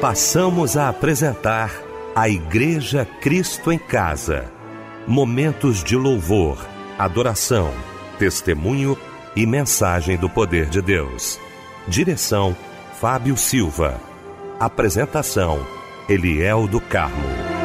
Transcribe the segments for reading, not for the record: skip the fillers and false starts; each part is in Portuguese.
Passamos a apresentar a Igreja Cristo em Casa. Momentos de louvor, adoração, testemunho e mensagem do poder de Deus. Direção, Fábio Silva. Apresentação, Eliel do Carmo.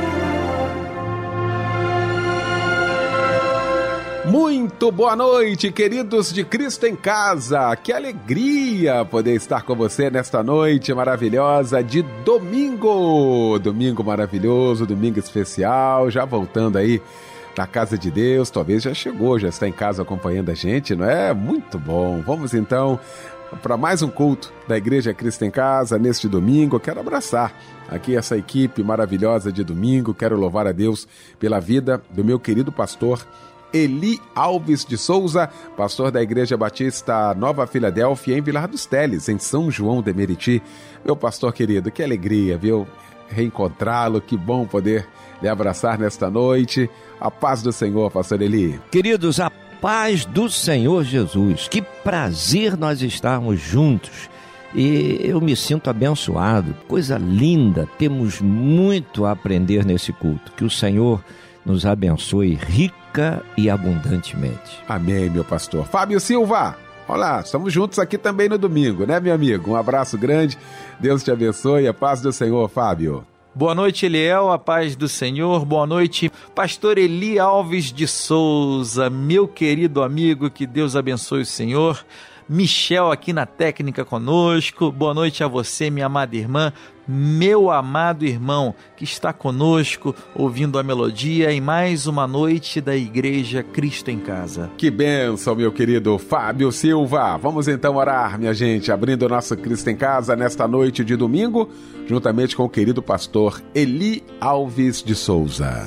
Muito boa noite, queridos de Cristo em Casa. Que alegria poder estar com você nesta noite maravilhosa de domingo. Domingo maravilhoso, domingo especial, já voltando aí na casa de Deus. Talvez já chegou, já está em casa acompanhando a gente, não é? Muito bom. Vamos então para mais um culto da Igreja Cristo em Casa neste domingo. Eu quero abraçar aqui essa equipe maravilhosa de domingo. Quero louvar a Deus pela vida do meu querido pastor Eli Alves de Souza, pastor da Igreja Batista Nova Filadélfia, em Vilar dos Teles, em São João de Meriti. Meu pastor querido, que alegria, viu? Reencontrá-lo, que bom poder lhe abraçar nesta noite. A paz do Senhor, pastor Eli. Queridos, a paz do Senhor Jesus. Que prazer nós estarmos juntos. E eu me sinto abençoado. Coisa linda, temos muito a aprender nesse culto. Que o Senhor nos abençoe rica e abundantemente. Amém, meu pastor. Fábio Silva, olá, estamos juntos aqui também no domingo, né, meu amigo? Um abraço grande, Deus te abençoe, a paz do Senhor, Fábio. Boa noite, Eliel, a paz do Senhor. Boa noite, pastor Eli Alves de Souza, meu querido amigo, que Deus abençoe o Senhor. Michel aqui na técnica conosco. Boa noite a você, minha amada irmã, meu amado irmão que está conosco ouvindo a melodia em mais uma noite da Igreja Cristo em Casa. Que bênção, meu querido Fábio Silva. Vamos então orar, minha gente, abrindo o nosso Cristo em Casa nesta noite de domingo, juntamente com o querido pastor Eli Alves de Souza.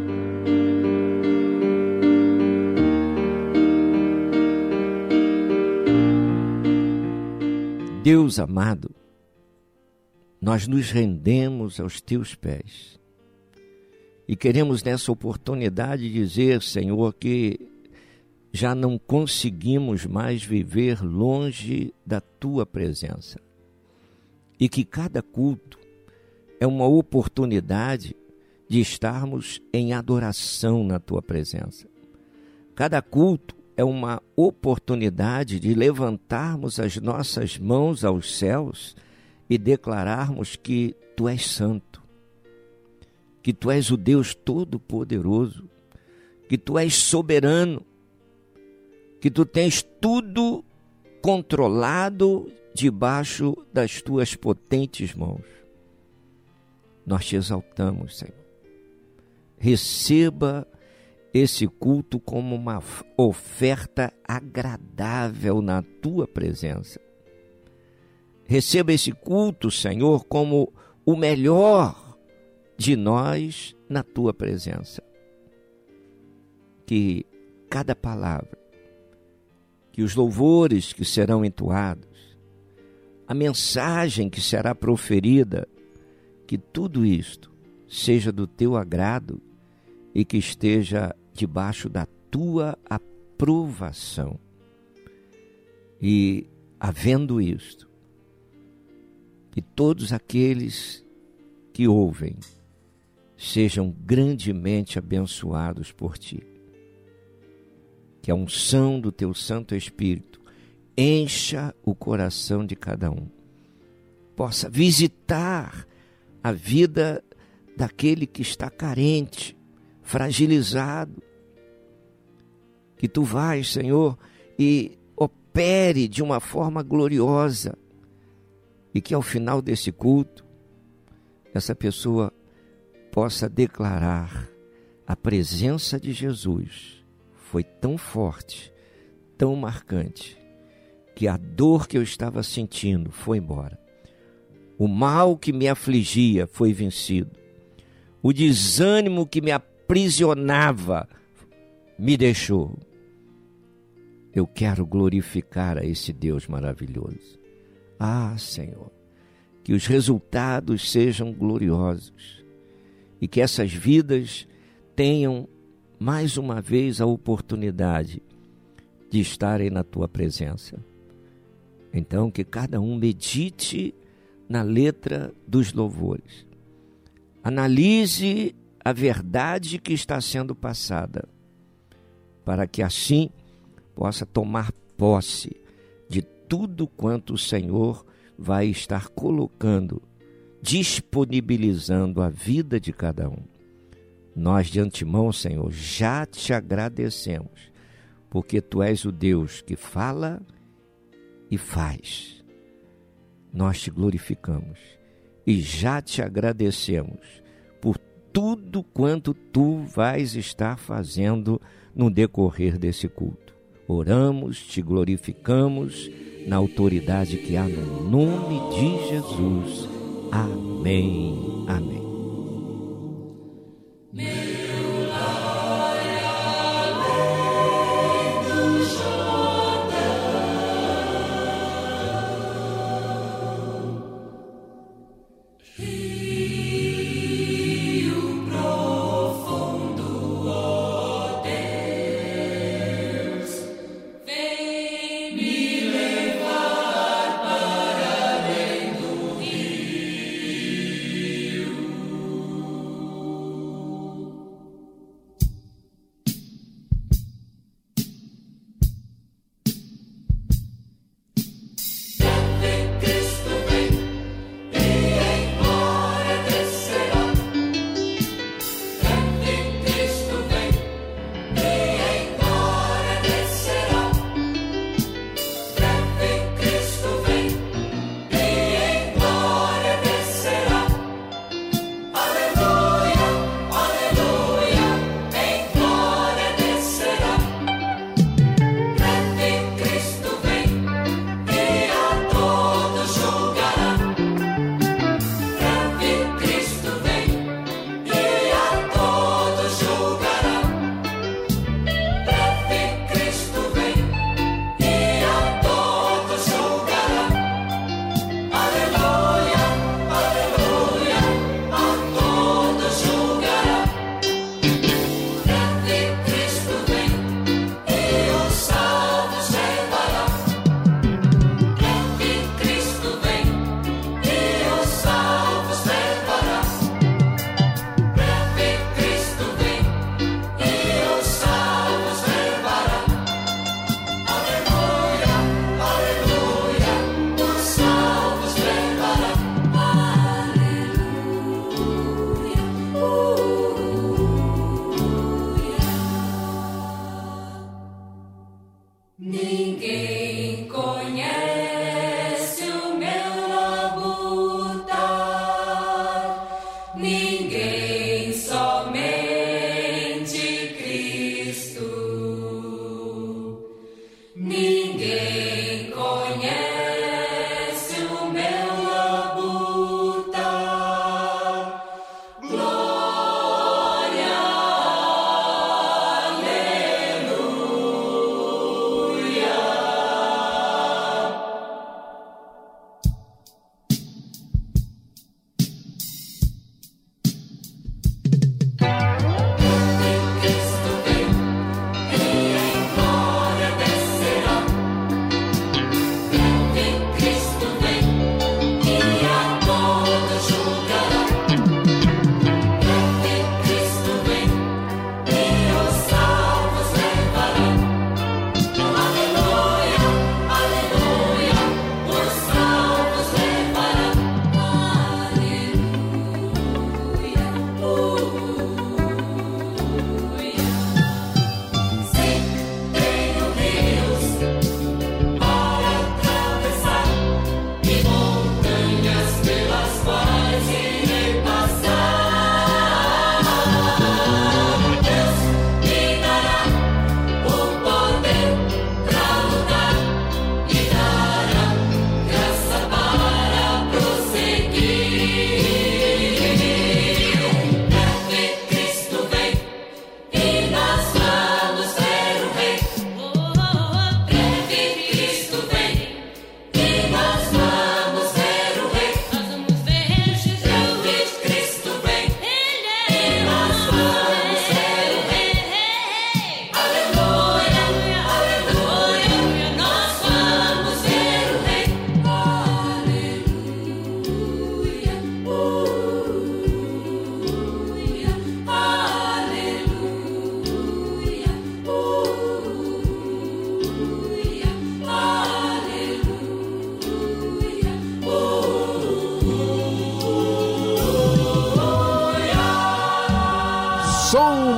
Deus amado, nós nos rendemos aos teus pés e queremos nessa oportunidade dizer, Senhor, que já não conseguimos mais viver longe da tua presença e que cada culto é uma oportunidade de estarmos em adoração na tua presença. Cada culto é uma oportunidade de levantarmos as nossas mãos aos céus e declararmos que Tu és santo, que Tu és o Deus Todo-Poderoso, que Tu és soberano, que Tu tens tudo controlado debaixo das Tuas potentes mãos. Nós Te exaltamos, Senhor. Receba esse culto como uma oferta agradável na Tua presença. Receba esse culto, Senhor, como o melhor de nós na Tua presença. Que cada palavra, que os louvores que serão entoados, a mensagem que será proferida, que tudo isto seja do Teu agrado e que esteja debaixo da Tua aprovação. E, havendo isto, que todos aqueles que ouvem sejam grandemente abençoados por Ti. Que a unção do Teu Santo Espírito encha o coração de cada um. Possa visitar a vida daquele que está carente, fragilizado. Que Tu vais, Senhor, e opere de uma forma gloriosa e que ao final desse culto essa pessoa possa declarar: a presença de Jesus foi tão forte, tão marcante, que a dor que eu estava sentindo foi embora. O mal que me afligia foi vencido. O desânimo que me aprisionava me deixou. Eu quero glorificar a esse Deus maravilhoso. Ah, Senhor, que os resultados sejam gloriosos e que essas vidas tenham mais uma vez a oportunidade de estarem na Tua presença. Então, que cada um medite na letra dos louvores. Analise a verdade que está sendo passada, para que assim possa tomar posse de tudo quanto o Senhor vai estar colocando, disponibilizando a vida de cada um. Nós de antemão, Senhor, já te agradecemos, porque Tu és o Deus que fala e faz. Nós te glorificamos e já te agradecemos por tudo quanto Tu vais estar fazendo no decorrer desse culto. Oramos, te glorificamos na autoridade que há no nome de Jesus. Amém. Amém.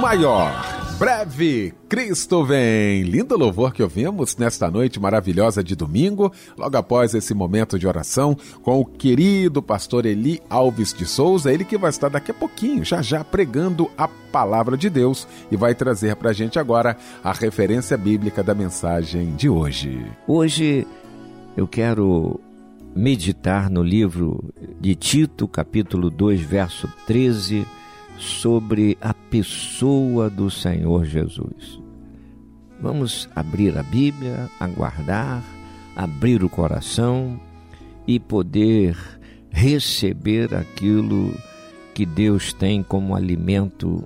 maior. Breve, Cristo vem. Lindo louvor que ouvimos nesta noite maravilhosa de domingo, logo após esse momento de oração com o querido pastor Eli Alves de Souza, ele que vai estar daqui a pouquinho, já pregando a palavra de Deus e vai trazer para a gente agora a referência bíblica da mensagem de hoje. Hoje eu quero meditar no livro de Tito, capítulo 2, verso 13, sobre a pessoa do Senhor Jesus. Vamos abrir a Bíblia, aguardar, abrir o coração e poder receber aquilo que Deus tem como alimento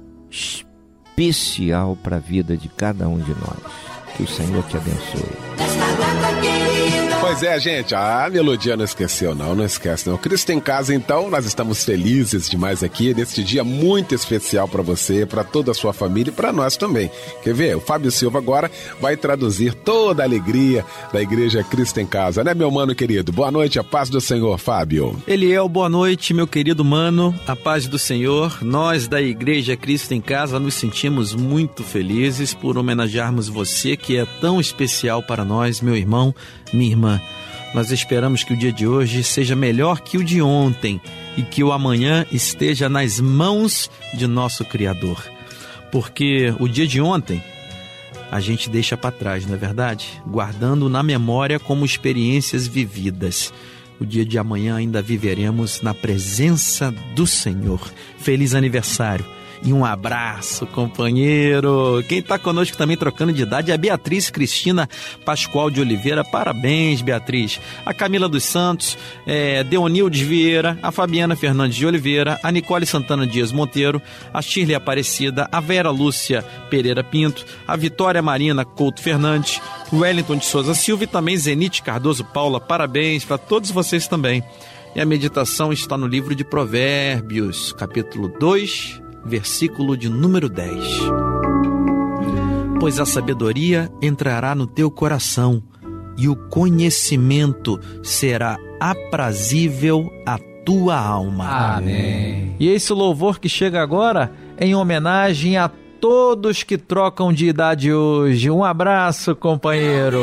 especial para a vida de cada um de nós. Que o Senhor te abençoe. Pois é, gente, a melodia não esqueceu, não esquece não. Cristo em Casa, então, nós estamos felizes demais aqui, neste dia muito especial para você, para toda a sua família e para nós também. Quer ver? O Fábio Silva agora vai traduzir toda a alegria da Igreja Cristo em Casa, né, meu mano querido? Boa noite, a paz do Senhor, Fábio. Eliel, boa noite, meu querido mano, a paz do Senhor. Nós da Igreja Cristo em Casa nos sentimos muito felizes por homenagearmos você, que é tão especial para nós, meu irmão, minha irmã. Nós esperamos que o dia de hoje seja melhor que o de ontem e que o amanhã esteja nas mãos de nosso Criador. Porque o dia de ontem a gente deixa para trás, não é verdade? Guardando na memória como experiências vividas. O dia de amanhã ainda viveremos na presença do Senhor. Feliz aniversário! E um abraço, companheiro. Quem está conosco também trocando de idade é a Beatriz Cristina Pascoal de Oliveira. Parabéns, Beatriz. A Camila dos Santos, Deonildes Vieira, a Fabiana Fernandes de Oliveira, a Nicole Santana Dias Monteiro, a Shirley Aparecida, a Vera Lúcia Pereira Pinto, a Vitória Marina Couto Fernandes, o Wellington de Souza Silva e também Zenite Cardoso Paula. Parabéns para todos vocês também. E a meditação está no livro de Provérbios, capítulo 2, versículo de número 10. Pois a sabedoria entrará no teu coração e o conhecimento será aprazível à tua alma. Amém. E esse louvor que chega agora é em homenagem a todos que trocam de idade hoje. Um abraço, companheiro.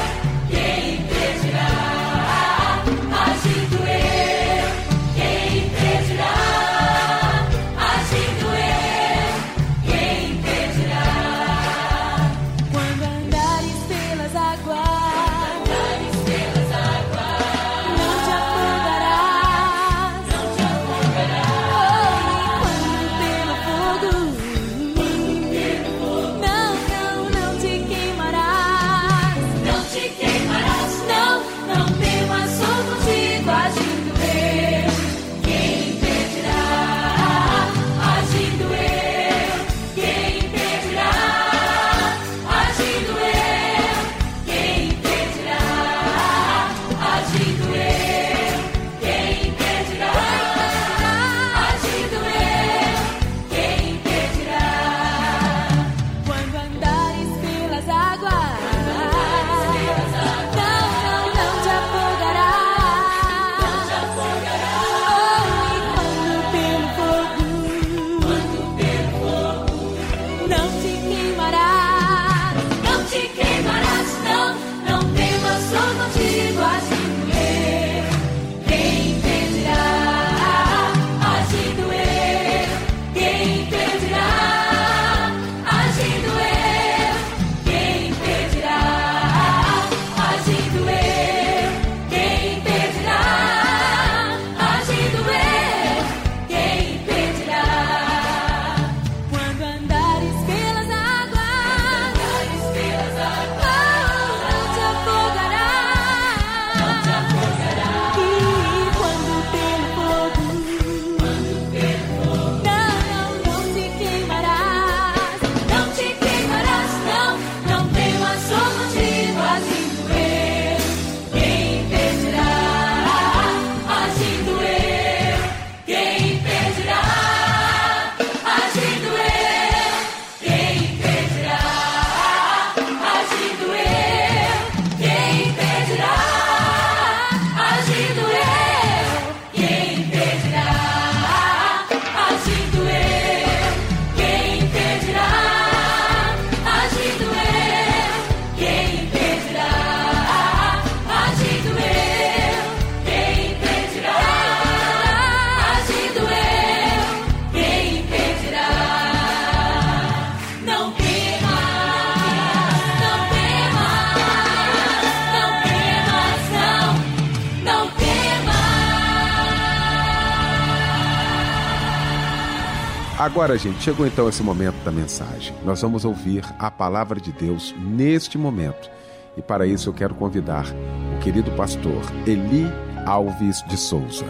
Quem Agora, gente, chegou então esse momento da mensagem. Nós vamos ouvir a palavra de Deus neste momento. E para isso eu quero convidar o querido pastor Eli Alves de Souza.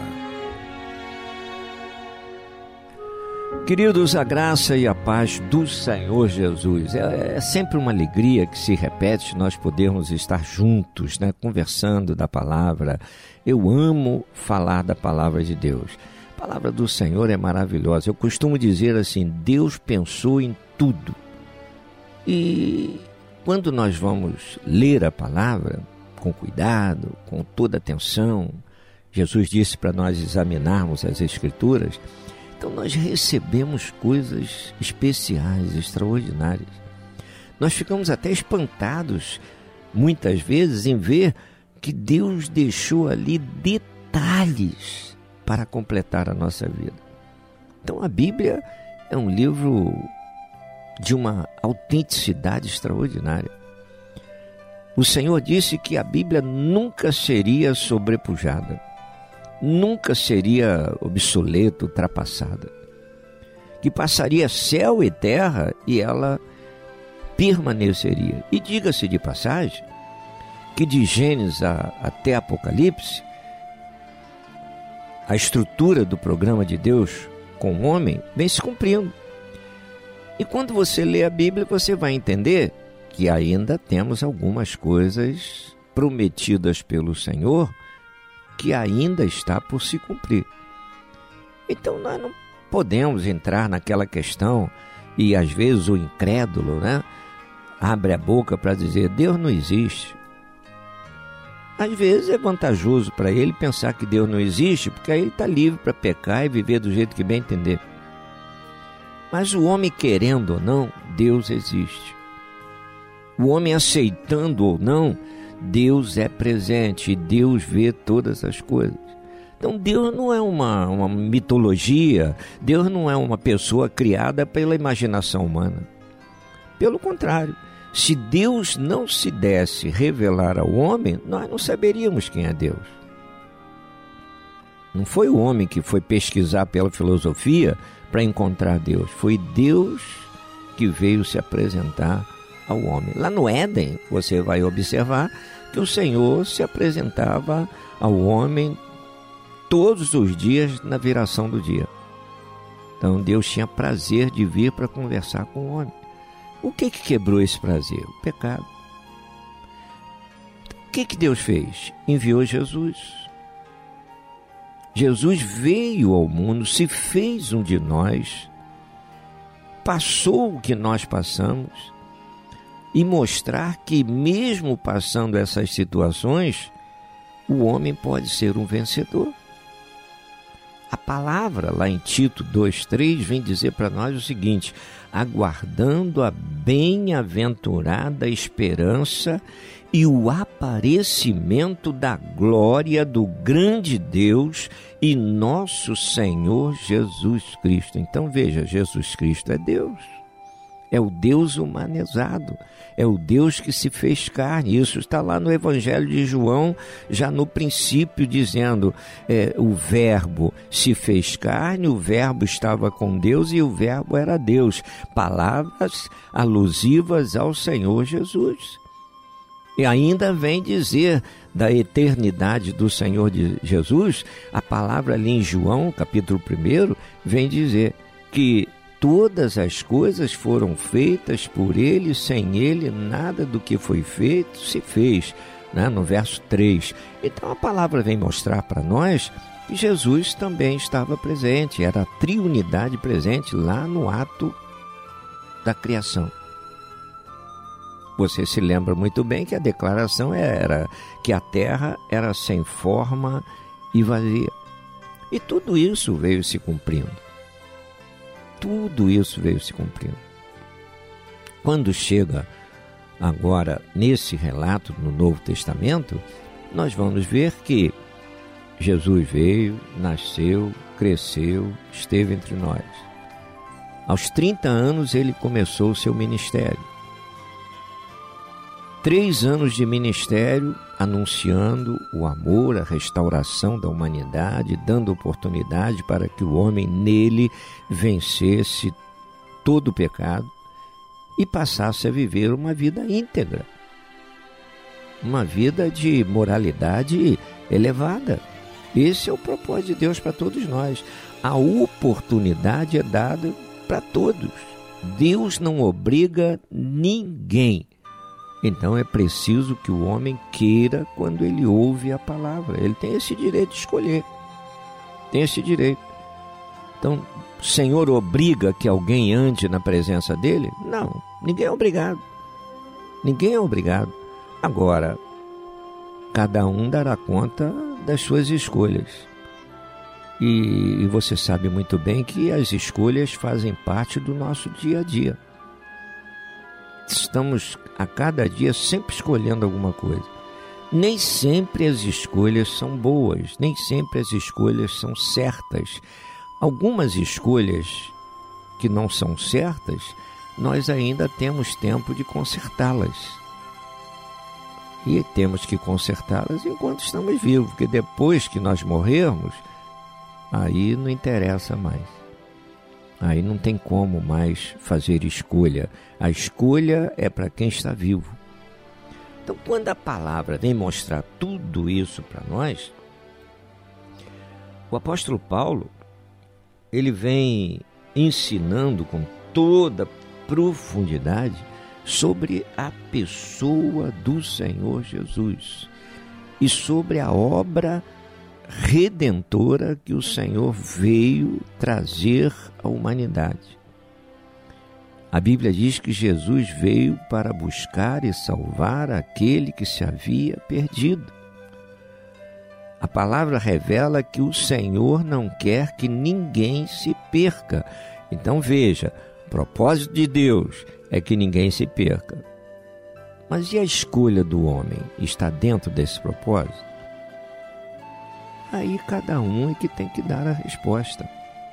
Queridos, a graça e a paz do Senhor Jesus. É sempre uma alegria que se repete nós podermos estar juntos, né, conversando da palavra. Eu amo falar da palavra de Deus. A palavra do Senhor é maravilhosa. Eu costumo dizer assim, Deus pensou em tudo. E quando nós vamos ler a palavra com cuidado, com toda atenção, Jesus disse para nós examinarmos as Escrituras, então nós recebemos coisas especiais, extraordinárias. Nós ficamos até espantados, muitas vezes, em ver que Deus deixou ali detalhes para completar a nossa vida. Então a Bíblia é um livro de uma autenticidade extraordinária. O Senhor disse que a Bíblia nunca seria sobrepujada, nunca seria obsoleta, ultrapassada, que passaria céu e terra e ela permaneceria. E diga-se de passagem que de Gênesis até Apocalipse, a estrutura do programa de Deus com o homem vem se cumprindo. E quando você lê a Bíblia, você vai entender que ainda temos algumas coisas prometidas pelo Senhor que ainda está por se cumprir. Então nós não podemos entrar naquela questão e às vezes o incrédulo, né, abre a boca para dizer Deus não existe. Às vezes é vantajoso para ele pensar que Deus não existe, porque aí ele está livre para pecar e viver do jeito que bem entender. Mas o homem querendo ou não, Deus existe. O homem aceitando ou não, Deus é presente e Deus vê todas as coisas. Então Deus não é uma mitologia, Deus não é uma pessoa criada pela imaginação humana. Pelo contrário, se Deus não se desse revelar ao homem, nós não saberíamos quem é Deus. Não foi o homem que foi pesquisar pela filosofia para encontrar Deus, foi Deus que veio se apresentar ao homem. Lá no Éden, você vai observar que o Senhor se apresentava ao homem todos os dias na viração do dia. Então Deus tinha prazer de vir para conversar com o homem. O que quebrou esse prazer? O pecado. O que Deus fez? Enviou Jesus. Jesus veio ao mundo, se fez um de nós, passou o que nós passamos, e mostrar que mesmo passando essas situações, o homem pode ser um vencedor. A palavra lá em Tito 2,3 vem dizer para nós o seguinte: aguardando a bem-aventurada esperança e o aparecimento da glória do grande Deus e nosso Senhor Jesus Cristo. Então veja, Jesus Cristo é Deus. É o Deus humanizado, é o Deus que se fez carne. Isso está lá no Evangelho de João, já no princípio, dizendo, o Verbo se fez carne, o Verbo estava com Deus e o Verbo era Deus. Palavras alusivas ao Senhor Jesus. E ainda vem dizer da eternidade do Senhor de Jesus, a palavra ali em João, capítulo 1, vem dizer que todas as coisas foram feitas por Ele, sem Ele nada do que foi feito se fez, né? No verso 3. Então a palavra vem mostrar para nós que Jesus também estava presente, era a triunidade presente lá no ato da criação. Você se lembra muito bem que a declaração era que a terra era sem forma e vazia. E tudo isso veio se cumprindo. Tudo isso veio se cumprindo. Quando chega agora nesse relato no Novo Testamento, nós vamos ver que Jesus veio, nasceu, cresceu, esteve entre nós. Aos 30 anos ele começou o seu ministério. 3 anos de ministério anunciando o amor, a restauração da humanidade, dando oportunidade para que o homem nele vencesse todo o pecado e passasse a viver uma vida íntegra, uma vida de moralidade elevada. Esse é o propósito de Deus para todos nós. A oportunidade é dada para todos. Deus não obriga ninguém. Então é preciso que o homem queira quando ele ouve a palavra. Ele tem esse direito de escolher. Tem esse direito. Então, o Senhor obriga que alguém ande na presença dele? Não, ninguém é obrigado. Ninguém é obrigado. Agora, cada um dará conta das suas escolhas. E você sabe muito bem que as escolhas fazem parte do nosso dia a dia. Estamos a cada dia sempre escolhendo alguma coisa. Nem sempre as escolhas são boas, nem sempre as escolhas são certas. Algumas escolhas que não são certas, nós ainda temos tempo de consertá-las. E temos que consertá-las enquanto estamos vivos, porque depois que nós morrermos, aí não interessa mais. Aí não tem como mais fazer escolha. A escolha é para quem está vivo. Então, quando a palavra vem mostrar tudo isso para nós, o apóstolo Paulo, ele vem ensinando com toda profundidade sobre a pessoa do Senhor Jesus e sobre a obra redentora que o Senhor veio trazer à humanidade. A Bíblia diz que Jesus veio para buscar e salvar aquele que se havia perdido. A palavra revela que o Senhor não quer que ninguém se perca. Então veja, o propósito de Deus é que ninguém se perca. Mas e a escolha do homem? Está dentro desse propósito? Aí cada um é que tem que dar a resposta.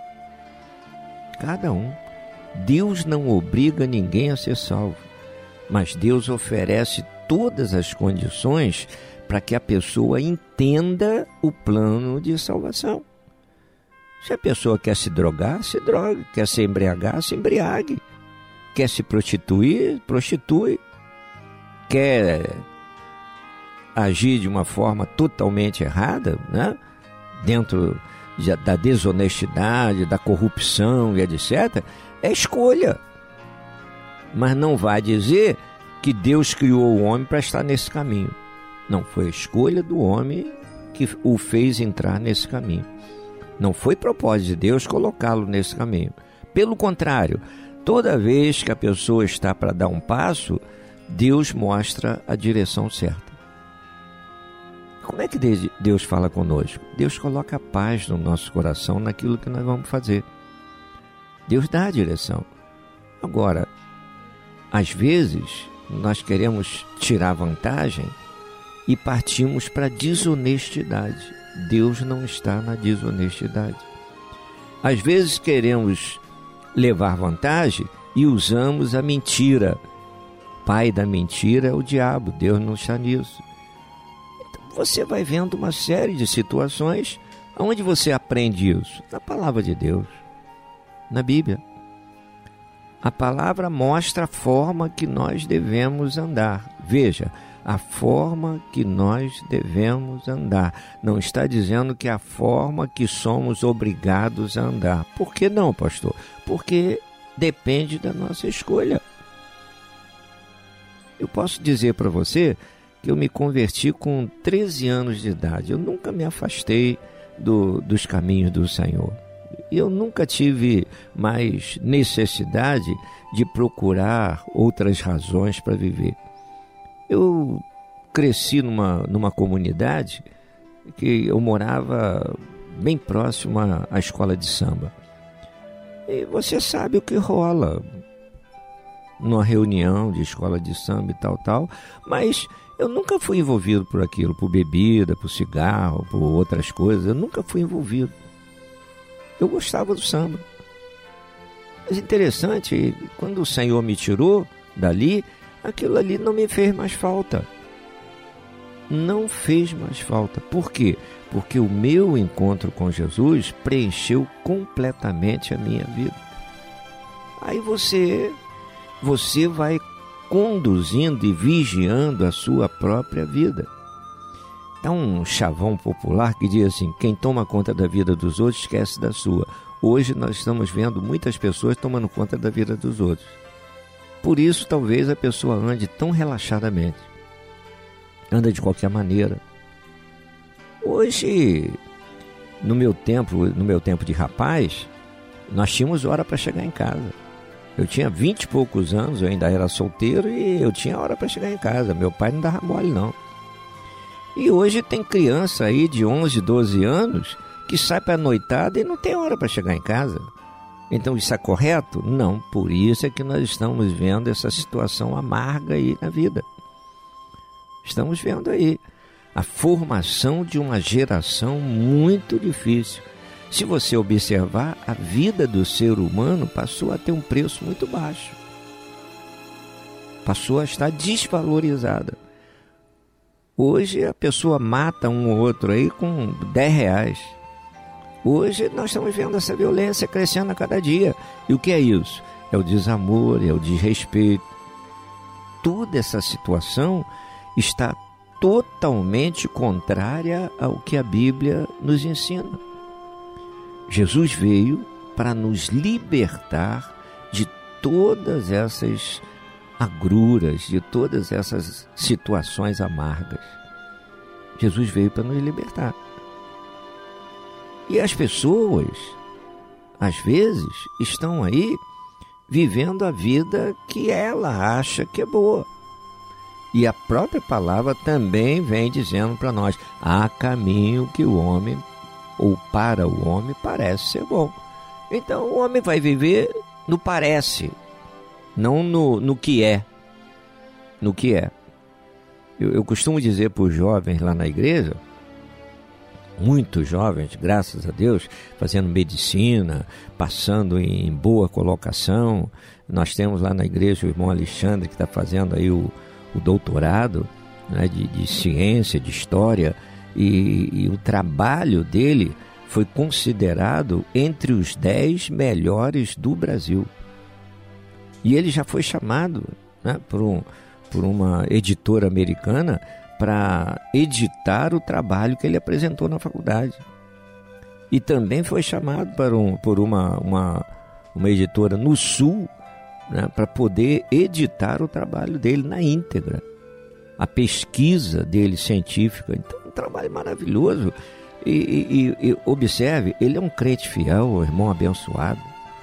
Cada um. Deus não obriga ninguém a ser salvo, mas Deus oferece todas as condições para que a pessoa entenda o plano de salvação. Se a pessoa quer se drogar, se drogue. Quer se embriagar, se embriague. Quer se prostituir, prostitui. Quer agir de uma forma totalmente errada, né? Dentro da desonestidade, da corrupção e etc., é escolha. Mas não vai dizer que Deus criou o homem para estar nesse caminho. Não, foi a escolha do homem que o fez entrar nesse caminho. Não foi propósito de Deus colocá-lo nesse caminho. Pelo contrário, toda vez que a pessoa está para dar um passo, Deus mostra a direção certa. Como é que Deus fala conosco? Deus coloca paz no nosso coração naquilo que nós vamos fazer. Deus dá a direção. Agora, às vezes, nós queremos tirar vantagem e partimos para a desonestidade. Deus não está na desonestidade. Às vezes queremos levar vantagem e usamos a mentira. Pai da mentira é o diabo, Deus não está nisso. Você vai vendo uma série de situações. Onde você aprende isso? Na palavra de Deus, na Bíblia. A palavra mostra a forma que nós devemos andar. Veja, a forma que nós devemos andar. Não está dizendo que é a forma que somos obrigados a andar. Por que não, pastor? Porque depende da nossa escolha. Eu posso dizer para você que eu me converti com 13 anos de idade. Eu nunca me afastei dos caminhos do Senhor. Eu nunca tive mais necessidade de procurar outras razões para viver. Eu cresci numa comunidade que eu morava bem próximo à escola de samba. E você sabe o que rola numa reunião de escola de samba e tal, mas eu nunca fui envolvido por aquilo, por bebida, por cigarro, por outras coisas. Eu nunca fui envolvido. Eu gostava do samba. Mas interessante, quando o Senhor me tirou dali, aquilo ali não me fez mais falta. Não fez mais falta. Por quê? Porque o meu encontro com Jesus preencheu completamente a minha vida. Aí você vai conduzindo e vigiando a sua própria vida. Há um chavão popular que diz assim: quem toma conta da vida dos outros esquece da sua. Hoje nós estamos vendo muitas pessoas tomando conta da vida dos outros. Por isso talvez a pessoa ande tão relaxadamente, anda de qualquer maneira. Hoje, no meu tempo de rapaz, nós tínhamos hora para chegar em casa. Eu tinha 20 e poucos anos, eu ainda era solteiro e eu tinha hora para chegar em casa. Meu pai não dava mole, não. E hoje tem criança aí de 11, 12 anos que sai para a noitada e não tem hora para chegar em casa. Então isso é correto? Não, por isso é que nós estamos vendo essa situação amarga aí na vida. Estamos vendo aí a formação de uma geração muito difícil. Se você observar, a vida do ser humano passou a ter um preço muito baixo. Passou a estar desvalorizada. Hoje a pessoa mata um ou outro aí com R$10. Hoje nós estamos vendo essa violência crescendo a cada dia. E o que é isso? É o desamor, é o desrespeito. Toda essa situação está totalmente contrária ao que a Bíblia nos ensina. Jesus veio para nos libertar de todas essas agruras, de todas essas situações amargas. Jesus veio para nos libertar. E as pessoas, às vezes, estão aí vivendo a vida que ela acha que é boa. E a própria palavra também vem dizendo para nós: há caminho que o homem, ou para o homem, parece ser bom. Então o homem vai viver no parece, não no que é. No que é. Eu costumo dizer para os jovens lá na igreja, muitos jovens, graças a Deus, fazendo medicina, passando em boa colocação. Nós temos lá na igreja o irmão Alexandre, que está fazendo aí o doutorado, né, de ciência, de história, e o trabalho dele foi considerado entre os 10 melhores do Brasil. E ele já foi chamado, né, por uma editora americana para editar o trabalho que ele apresentou na faculdade. E também foi chamado por uma editora no Sul, né, para poder editar o trabalho dele na íntegra, a pesquisa dele científica. Então, um trabalho maravilhoso. E observe, ele é um crente fiel, um irmão abençoado.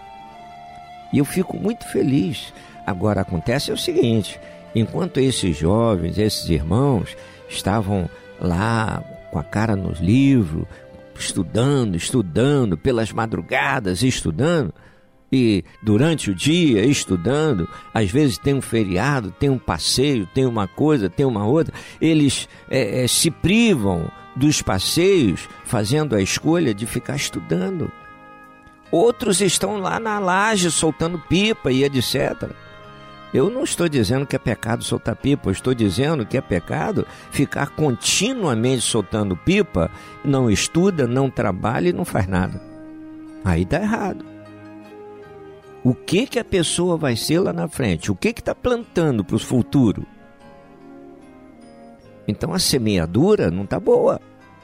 E eu fico muito feliz. Agora, acontece o seguinte: enquanto esses jovens, esses irmãos, estavam lá com a cara nos livros, estudando, pelas madrugadas estudando, e durante o dia estudando, às vezes tem um feriado, tem um passeio, tem uma coisa, tem uma outra, eles se privam dos passeios fazendo a escolha de ficar estudando. Outros estão lá na laje soltando pipa e etc. Eu não estou dizendo que é pecado soltar pipa, eu estou dizendo que é pecado ficar continuamente soltando pipa, não estuda, não trabalha e não faz nada. Aí está errado. O que a pessoa vai ser lá na frente? O que está plantando para o futuro? Então a semeadura não está boa.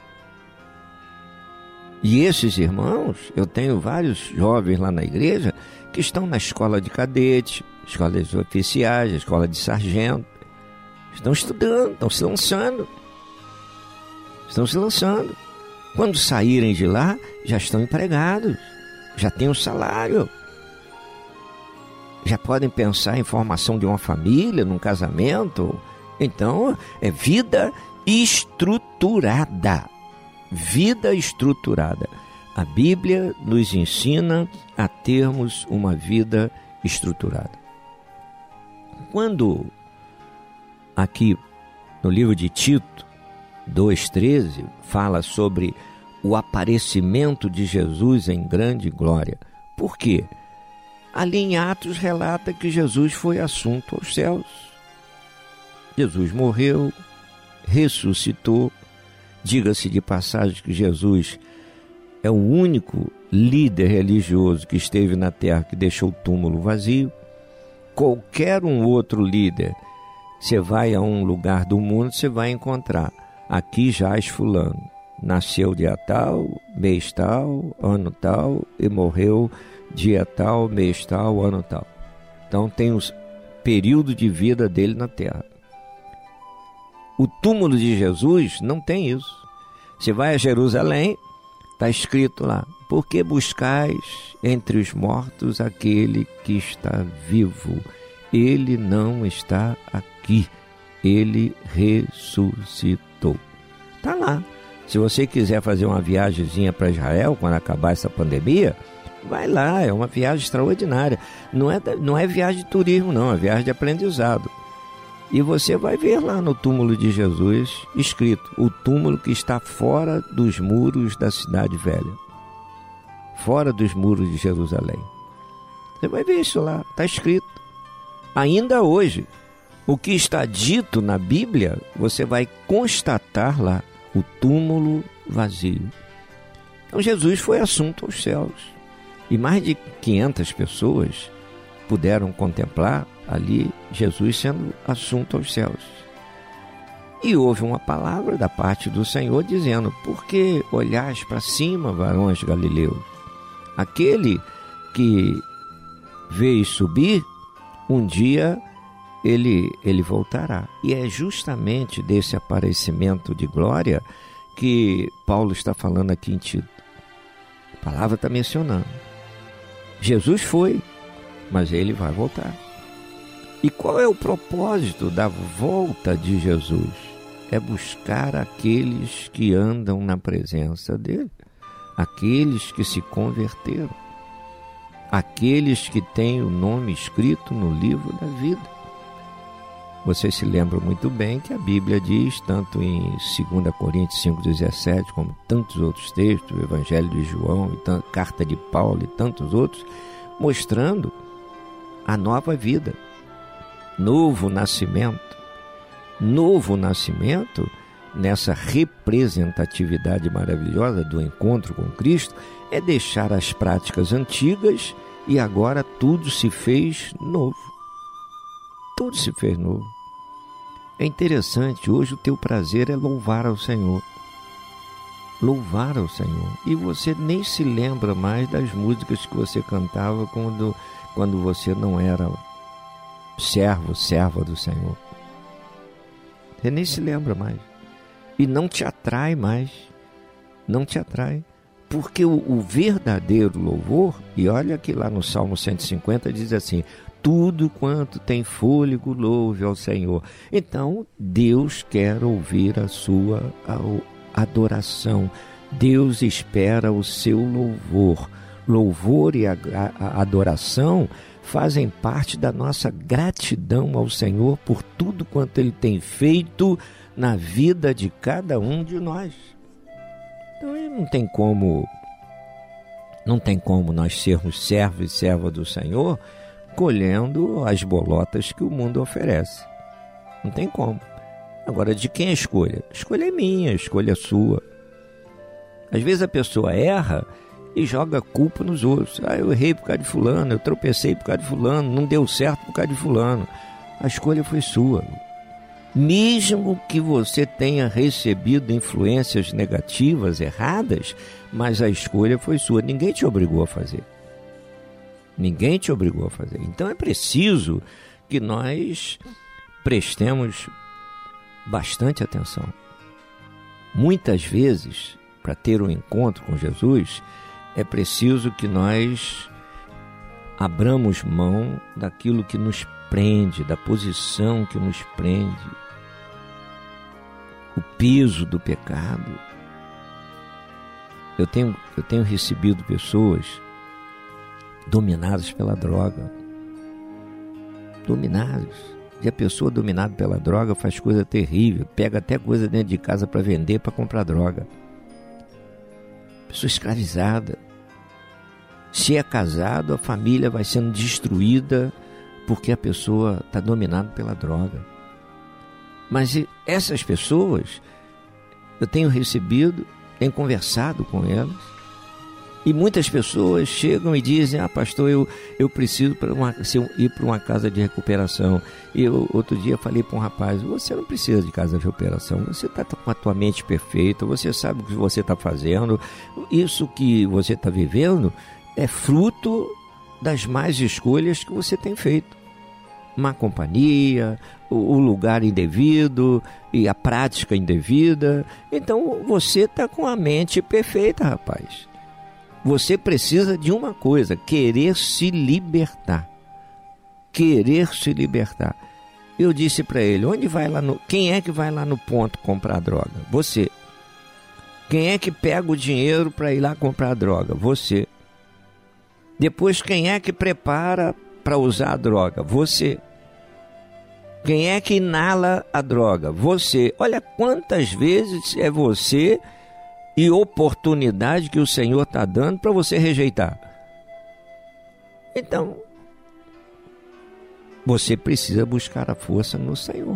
E esses irmãos, eu tenho vários jovens lá na igreja que estão na escola de cadete, escola de oficiais, escola de sargento. Estão estudando, estão se lançando. Quando saírem de lá, já estão empregados, já têm um salário. Já podem pensar em formação de uma família, num casamento. Então, é vida estruturada. Vida estruturada. A Bíblia nos ensina a termos uma vida estruturada. Quando aqui no livro de Tito 2,13 fala sobre o aparecimento de Jesus em grande glória. Por quê? Ali em Atos relata que Jesus foi assunto aos céus. Jesus morreu, ressuscitou. Diga-se de passagem que Jesus é o único líder religioso que esteve na terra que deixou o túmulo vazio. Qualquer um outro líder, você vai a um lugar do mundo, você vai encontrar: aqui jaz fulano, nasceu dia tal, mês tal, ano tal, e morreu dia tal, mês tal, ano tal. Então tem o período de vida dele na terra. O túmulo de Jesus não tem isso. Você vai a Jerusalém, está escrito lá: por que buscais entre os mortos aquele que está vivo? Ele não está aqui, ele ressuscitou. Está lá. Se você quiser fazer uma viagemzinha para Israel quando acabar essa pandemia, vai lá, é uma viagem extraordinária. Não é viagem de turismo, não, é viagem de aprendizado. E você vai ver lá no túmulo de Jesus escrito: o túmulo que está fora dos muros da cidade velha, fora dos muros de Jerusalém. Você vai ver isso lá, está escrito. Ainda hoje, o que está dito na Bíblia, você vai constatar lá: o túmulo vazio. Então Jesus foi assunto aos céus. E mais de 500 pessoas puderam contemplar ali Jesus sendo assunto aos céus. E houve uma palavra da parte do Senhor dizendo: por que olhais para cima, varões galileus? Aquele que veio subir, um dia ele voltará. E é justamente desse aparecimento de glória que Paulo está falando aqui em Tito. A palavra está mencionando. Jesus foi, mas ele vai voltar. E qual é o propósito da volta de Jesus? É buscar aqueles que andam na presença dele, aqueles que se converteram, aqueles que têm o nome escrito no livro da vida. Vocês se lembram muito bem que a Bíblia diz, tanto em 2 Coríntios 5,17, como tantos outros textos, o Evangelho de João, e Carta de Paulo e tantos outros, mostrando a nova vida, novo nascimento nessa representatividade maravilhosa do encontro com Cristo, é deixar as práticas antigas e agora tudo se fez novo. Tudo se fez novo. É interessante, hoje o teu prazer é louvar ao Senhor. Louvar ao Senhor. E você nem se lembra mais das músicas que você cantava quando você não era serva do Senhor. Você nem se lembra mais. E não te atrai mais. Não te atrai. Porque o verdadeiro louvor, e olha que lá no Salmo 150 diz assim: tudo quanto tem fôlego louve ao Senhor. Então Deus quer ouvir a sua adoração. Deus espera o seu louvor. Louvor e a adoração fazem parte da nossa gratidão ao Senhor por tudo quanto Ele tem feito na vida de cada um de nós. Então não tem como nós sermos servos e servas do Senhor colhendo as bolotas que o mundo oferece. Não tem como. Agora, de quem é a escolha? A escolha é minha, a escolha é sua. Às vezes a pessoa erra e joga a culpa nos outros. Eu errei por causa de fulano, eu tropecei por causa de fulano, não deu certo por causa de fulano. A escolha foi sua. Mesmo que você tenha recebido influências negativas, erradas, mas a escolha foi sua. Ninguém te obrigou a fazer. Ninguém te obrigou a fazer. Então é preciso que nós prestemos bastante atenção. Muitas vezes, para ter um encontro com Jesus, é preciso que nós abramos mão daquilo que nos prende, da posição que nos prende, o peso do pecado. Eu tenho recebido pessoas dominadas pela droga. Dominadas. E a pessoa dominada pela droga faz coisa terrível, pega até coisa dentro de casa para vender, para comprar droga. Pessoa escravizada. Se é casado, a família vai sendo destruída porque a pessoa está dominada pela droga. Mas essas pessoas, eu tenho recebido, tenho conversado com elas, e muitas pessoas chegam e dizem: pastor, eu preciso ir para uma casa de recuperação. E eu, outro dia, falei para um rapaz: você não precisa de casa de recuperação, você está com a tua mente perfeita, você sabe o que você está fazendo, isso que você está vivendo é fruto das más escolhas que você tem feito. Má companhia, o lugar indevido e a prática indevida. Então você está com a mente perfeita, rapaz. Você precisa de uma coisa: querer se libertar. Querer se libertar. Eu disse para ele: quem é que vai lá no ponto comprar droga? Você. Quem é que pega o dinheiro para ir lá comprar droga? Você. Depois, quem é que prepara para usar a droga? Você. Quem é que inala a droga? Você. Olha quantas vezes é você e oportunidade que o Senhor está dando para você rejeitar. Então, você precisa buscar a força no Senhor.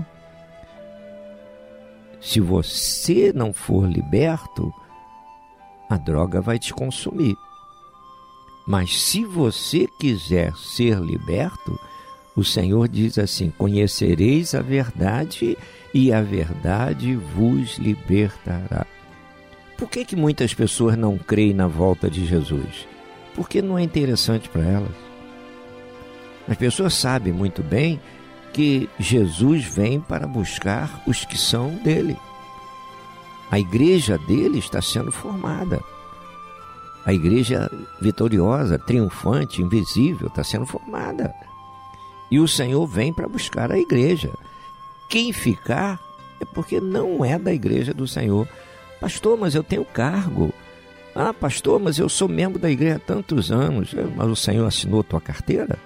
Se você não for liberto, a droga vai te consumir. Mas se você quiser ser liberto, o Senhor diz assim: conhecereis a verdade e a verdade vos libertará. Por que muitas pessoas não creem na volta de Jesus? Porque não é interessante para elas. As pessoas sabem muito bem que Jesus vem para buscar os que são dele. A igreja dele está sendo formada. A igreja vitoriosa, triunfante, invisível, está sendo formada. E o Senhor vem para buscar a igreja. Quem ficar é porque não é da igreja do Senhor. Pastor, mas eu tenho cargo. Pastor, mas eu sou membro da igreja há tantos anos. Mas o Senhor assinou tua carteira?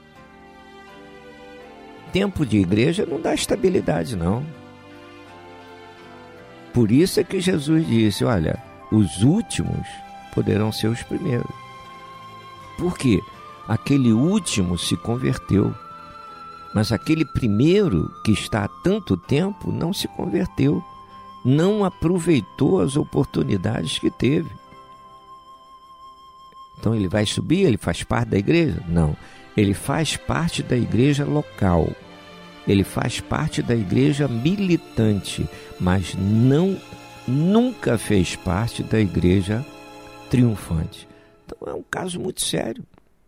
Tempo de igreja não dá estabilidade, não. Por isso é que Jesus disse: olha, os últimos poderão ser os primeiros. Por quê? Aquele último se converteu, mas aquele primeiro que está há tanto tempo não se converteu, não aproveitou as oportunidades que teve. Então ele vai subir, ele faz parte da igreja? Não, ele faz parte da igreja local, ele faz parte da igreja militante, mas nunca fez parte da igreja triunfante. Então é um caso muito sério.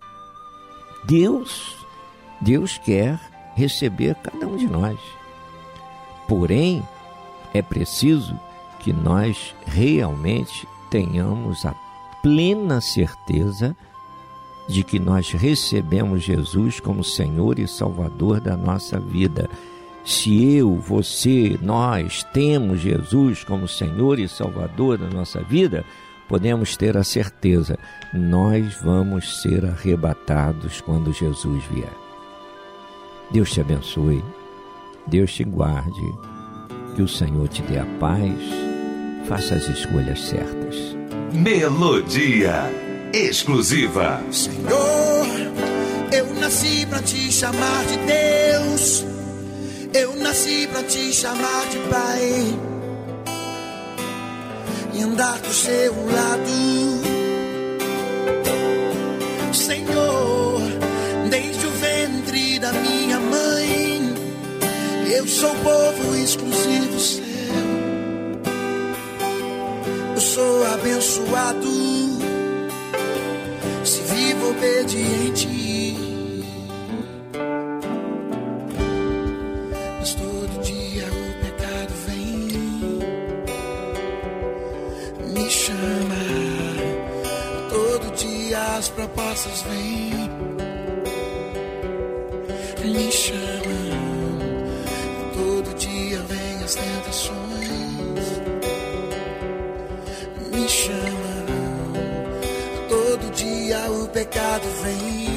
Deus quer receber cada um de nós. Porém, é preciso que nós realmente tenhamos a plena certeza de que nós recebemos Jesus como Senhor e Salvador da nossa vida. Se eu, você, nós temos Jesus como Senhor e Salvador da nossa vida, podemos ter a certeza: nós vamos ser arrebatados quando Jesus vier. Deus te abençoe, Deus te guarde, que o Senhor te dê a paz, faça as escolhas certas. Melodia exclusiva. Senhor, eu nasci pra te chamar de Deus, eu nasci pra te chamar de Pai e andar do seu lado. Senhor, desde o ventre da minha mãe, eu sou povo exclusivo seu. Eu sou abençoado se vivo obediente. Mas todo dia o pecado vem, me chama. Todo dia as propostas vêm, me chamam. Todo dia vem as tentações, me chamam. Todo dia o pecado vem,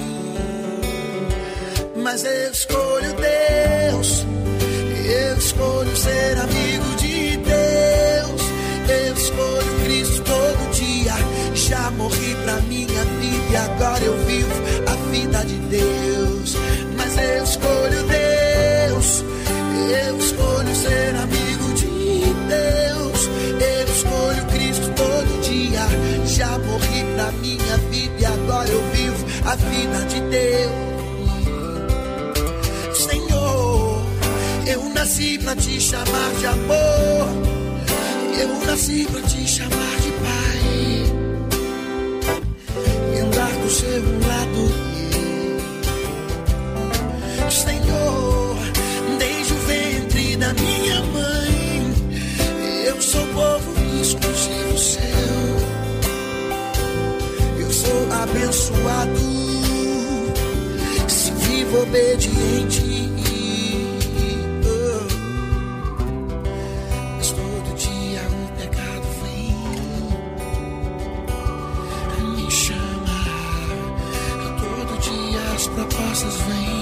mas eu escolho Deus, eu escolho ser amigo de Deus, eu escolho Cristo todo dia. Já morri pra minha vida e agora eu vivo a vida de Deus. Mas eu escolho Deus, eu escolho ser minha vida e agora eu vivo a vida de Deus. Senhor, eu nasci pra te chamar de amor, eu nasci pra te chamar de Pai, e andar do seu lado. Senhor, desde o ventre da minha mãe, eu sou povo exclusivo seu. Eu sou abençoado se vivo obediente. Mas todo dia o pecado vem, me chama. Todo dia as propostas vêm,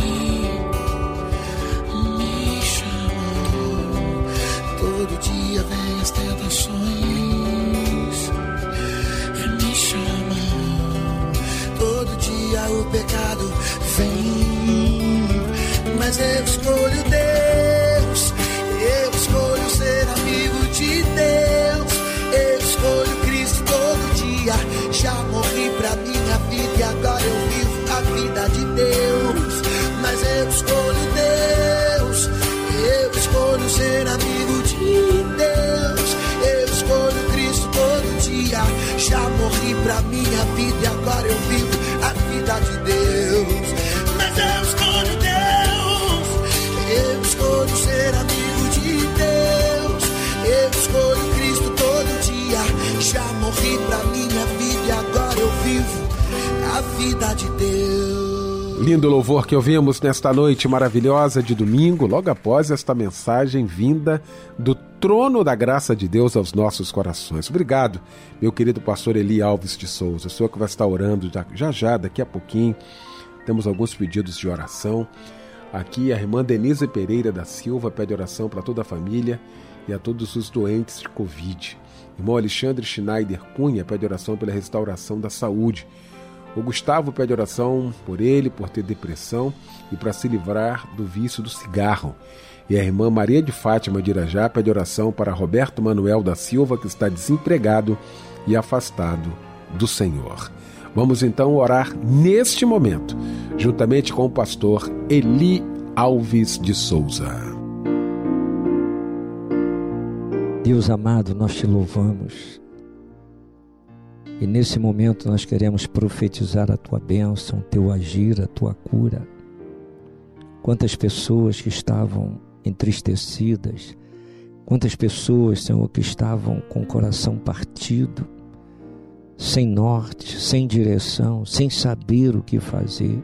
me chamam. Todo dia vem as tentações, me chamam. Todo dia o pecado vem, mas eu escolho Deus, eu escolho ser amigo de Deus, eu escolho Cristo todo dia. Já morri pra minha vida e agora eu vivo a vida de Deus, mas eu escolho Deus, eu escolho ser amigo de Deus, eu escolho Cristo todo dia. Já morri pra minha vida e agora eu vivo a vida de Deus, mas eu escolho Deus, eu escolho ser amigo de Deus, eu escolho Cristo todo dia. Já morri pra minha vida e agora eu vivo a vida de Deus. Lindo louvor que ouvimos nesta noite maravilhosa de domingo, logo após esta mensagem vinda do trono da graça de Deus aos nossos corações. Obrigado, meu querido pastor Eli Alves de Souza, o senhor que vai estar orando já, daqui a pouquinho. Temos alguns pedidos de oração. Aqui a irmã Denise Pereira da Silva pede oração para toda a família e a todos os doentes de Covid. Irmão Alexandre Schneider Cunha pede oração pela restauração da saúde. O Gustavo pede oração por ele, por ter depressão e para se livrar do vício do cigarro. E a irmã Maria de Fátima de Irajá pede oração para Roberto Manuel da Silva, que está desempregado e afastado do Senhor. Vamos então orar neste momento, juntamente com o pastor Eli Alves de Souza. Deus amado, nós te louvamos. E nesse momento nós queremos profetizar a tua bênção, o teu agir, a tua cura. Quantas pessoas que estavam entristecidas, quantas pessoas, Senhor, que estavam com o coração partido, sem norte, sem direção, sem saber o que fazer.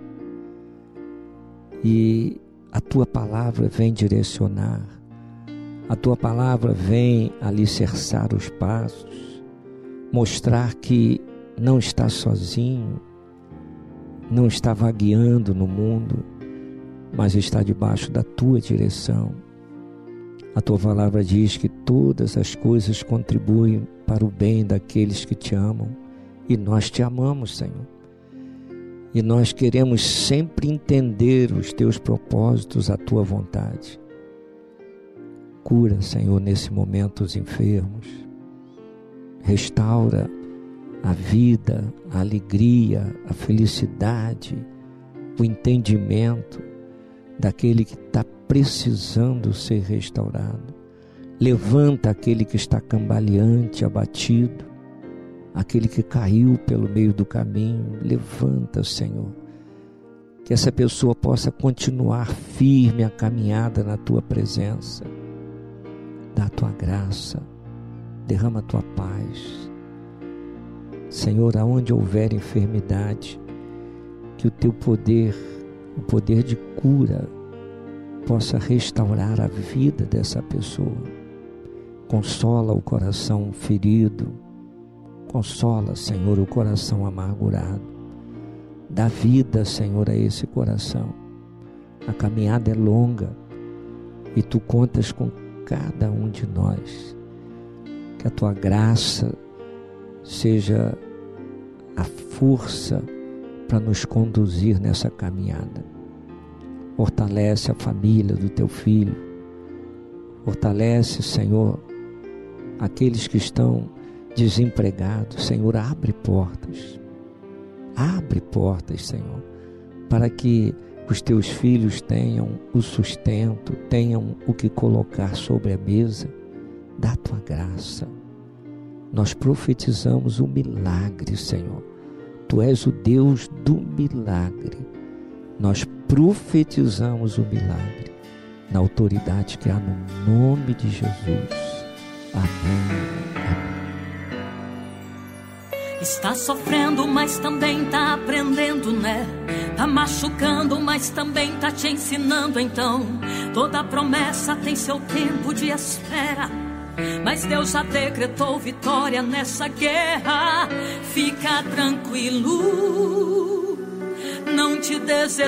E a tua palavra vem direcionar, a tua palavra vem alicerçar os passos, mostrar que não está sozinho, não está vagueando no mundo, mas está debaixo da tua direção. A tua palavra diz que todas as coisas contribuem para o bem daqueles que te amam, e nós te amamos, Senhor. E nós queremos sempre entender os teus propósitos, a tua vontade. Cura, Senhor, nesse momento os enfermos. Restaura a vida, a alegria, a felicidade, o entendimento daquele que está precisando ser restaurado. Levanta aquele que está cambaleante, abatido, aquele que caiu pelo meio do caminho. Levanta, Senhor, que essa pessoa possa continuar firme a caminhada na tua presença. Dá a tua graça, derrama a tua paz. Senhor, aonde houver enfermidade, que o teu poder, o poder de cura, possa restaurar a vida dessa pessoa. Consola o coração ferido, consola, Senhor, o coração amargurado. Dá vida, Senhor, a esse coração. A caminhada é longa e tu contas com cada um de nós. Que a tua graça seja a força para nos conduzir nessa caminhada. Fortalece a família do teu filho. Fortalece, Senhor, aqueles que estão desempregados. Senhor, abre portas. Abre portas, Senhor, para que os teus filhos tenham o sustento, tenham o que colocar sobre a mesa da tua graça. Nós profetizamos o milagre, Senhor. Tu és o Deus do milagre. Nós profetizamos o milagre na autoridade que há no nome de Jesus. Amém. Amém. Está sofrendo, mas também está aprendendo, né? Tá machucando, mas também tá te ensinando. Então, toda promessa tem seu tempo de espera, mas Deus já decretou vitória nessa guerra. Fica tranquilo, não te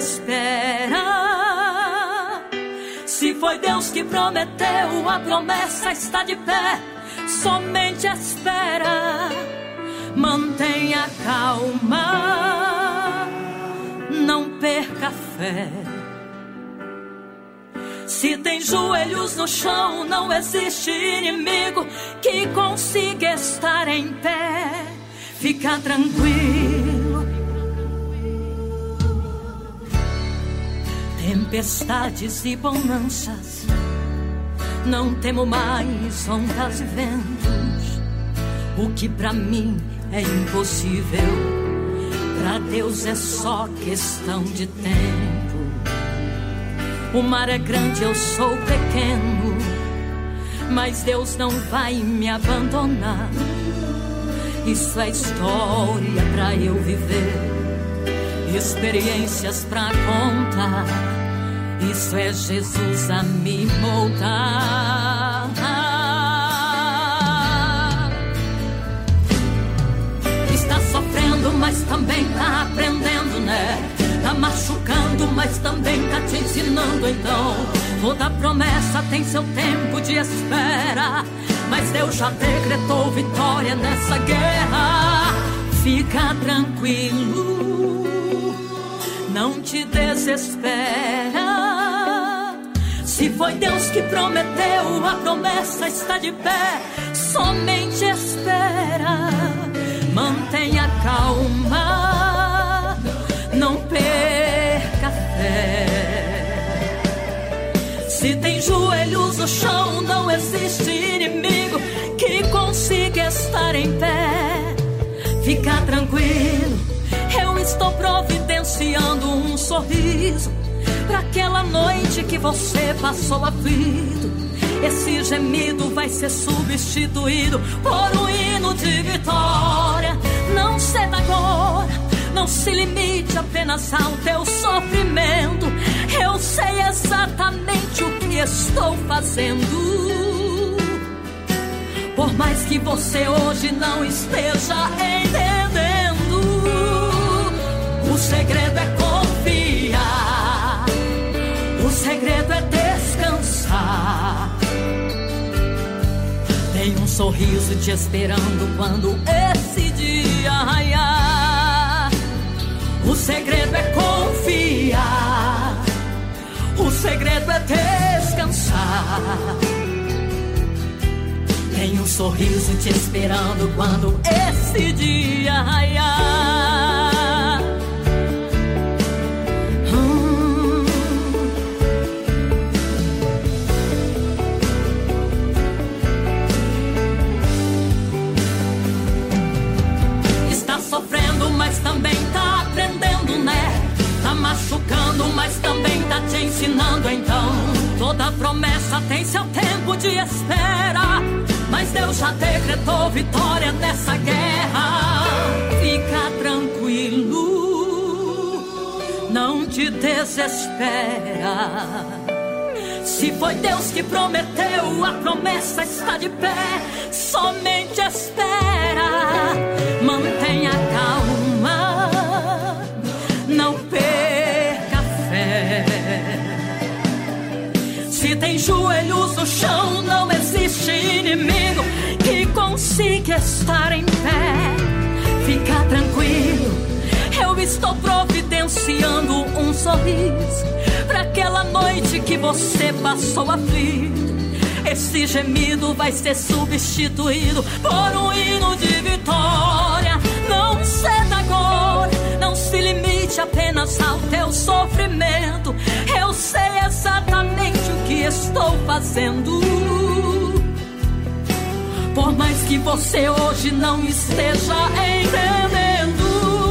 desespera. Se foi Deus que prometeu, a promessa está de pé. Somente espera, mantenha calma, não perca a fé. Se tem joelhos no chão, não existe inimigo que consiga estar em pé. Fica tranquilo. Tempestades e bonanças, não temo mais ondas e ventos. O que pra mim é impossível, pra Deus é só questão de tempo. O mar é grande, eu sou pequeno, mas Deus não vai me abandonar. Isso é história pra eu viver, experiências pra contar. Isso é Jesus a me moldar. Está sofrendo, mas também tá aprendendo, né? Tá machucando, mas também tá te ensinando. Então, toda promessa tem seu tempo de espera, mas Deus já decretou vitória nessa guerra. Fica tranquilo, não te desespera. Se foi Deus que prometeu, a promessa está de pé. Somente espera, mantenha calma, não perca a fé. Se tem joelhos no chão, não existe inimigo que consiga estar em pé. Fica tranquilo, eu estou providenciando um sorriso para aquela noite que você passou aflito. Esse gemido vai ser substituído por um hino de vitória. Não ceda agora, não se limite apenas ao teu sofrimento. Eu sei exatamente o que estou fazendo. Por mais que você hoje não esteja entendendo, o segredo é confiar, o segredo é descansar. Tem um sorriso te esperando quando esse dia raiar. O segredo é confiar, o segredo é descansar. Tem um sorriso te esperando quando esse dia raiar. Está sofrendo, mas também tá aprendendo, né? Tá machucando, mas também tá te ensinando. Então, toda promessa tem seu tempo de espera, mas Deus já decretou vitória nessa guerra. Fica tranquilo, não te desespera. Se foi Deus que prometeu, a promessa está de pé. Somente espera, mantenha calma, não perca a fé. Se tem joelhos no chão, não existe inimigo que consiga estar em pé. Fica tranquilo, eu estou providenciando um sorriso para aquela noite que você passou aflito. Esse gemido vai ser substituído por um hino de vitória. Não ceda agora, não limite apenas ao teu sofrimento. Eu sei exatamente o que estou fazendo. Por mais que você hoje não esteja entendendo,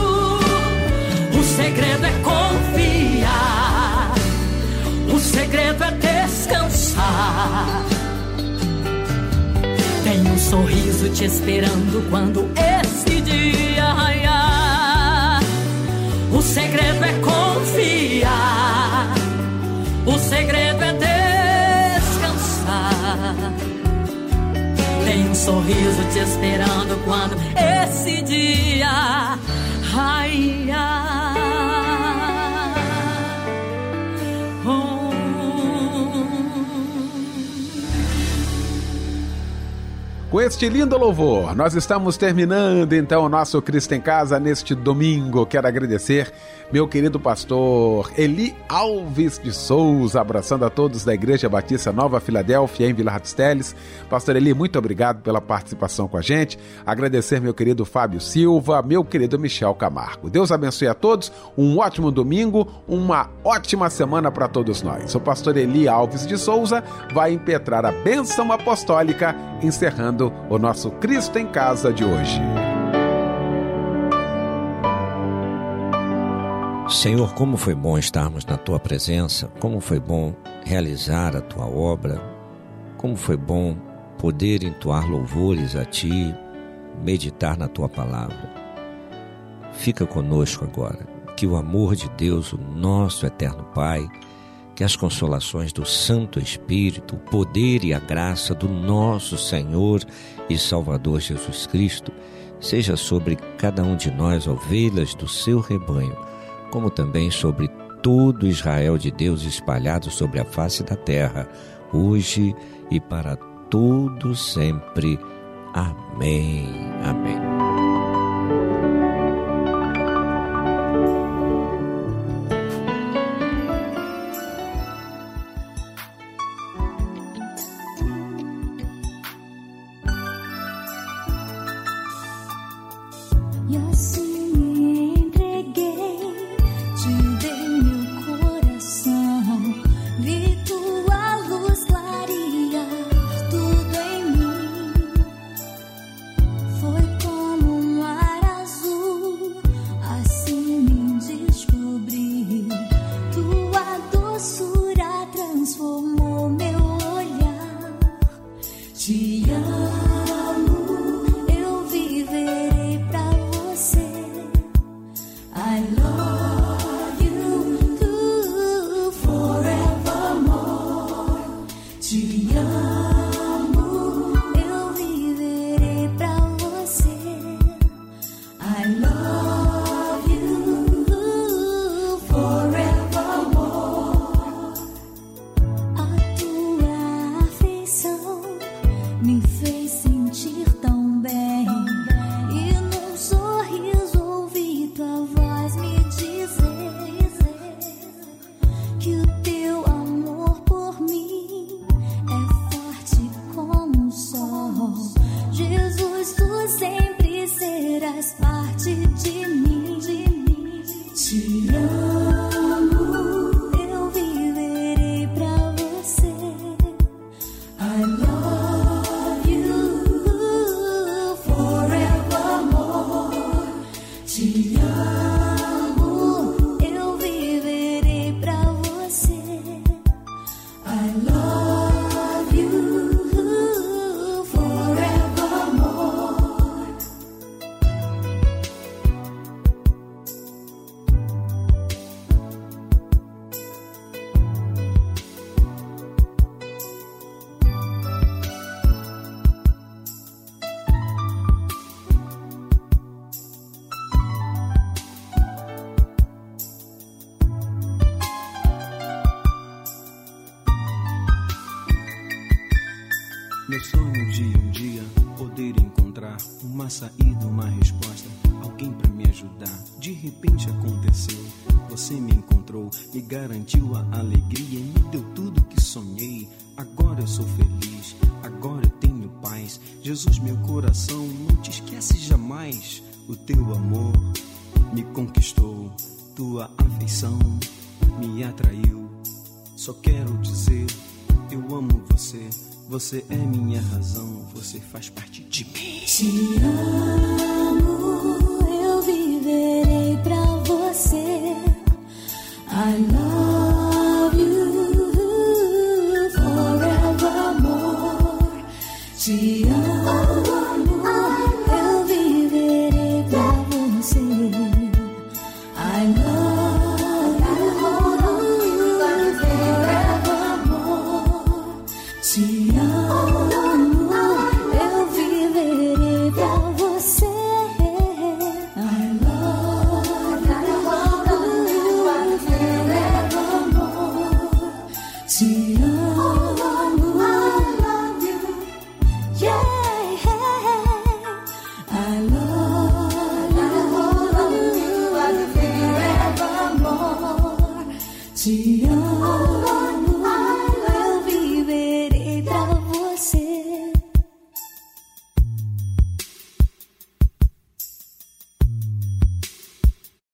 o segredo é confiar, o segredo é descansar. Tem um sorriso te esperando quando esse dia raiar. O segredo é confiar, o segredo é descansar. Tem um sorriso te esperando quando esse dia raiar. Com este lindo louvor, nós estamos terminando então o nosso Cristo em Casa neste domingo. Quero agradecer meu querido pastor Eli Alves de Souza, abraçando a todos da Igreja Batista Nova Filadélfia, em Vila Teles. Pastor Eli, muito obrigado pela participação com a gente. Agradecer meu querido Fábio Silva, meu querido Michel Camargo. Deus abençoe a todos, um ótimo domingo, uma ótima semana para todos nós. O pastor Eli Alves de Souza vai impetrar a bênção apostólica, encerrando o nosso Cristo em Casa de hoje. Senhor, como foi bom estarmos na Tua presença, como foi bom realizar a Tua obra, como foi bom poder entoar louvores a Ti, meditar na Tua palavra. Fica conosco agora, que o amor de Deus, o nosso eterno Pai, que as consolações do Santo Espírito, o poder e a graça do nosso Senhor e Salvador Jesus Cristo, seja sobre cada um de nós, ovelhas do seu rebanho, como também sobre todo Israel de Deus espalhado sobre a face da terra, hoje e para todo sempre. Amém. Amém. Meu sonho de um dia poder encontrar uma saída, uma resposta, alguém pra me ajudar. De repente aconteceu, você me encontrou, me garantiu a alegria, me deu tudo que sonhei. Agora eu sou feliz, agora eu tenho paz. Jesus, meu coração não te esquece jamais. O teu amor me conquistou, tua afeição me atraiu. Só quero dizer, eu amo você. Você é minha razão, você faz parte de mim.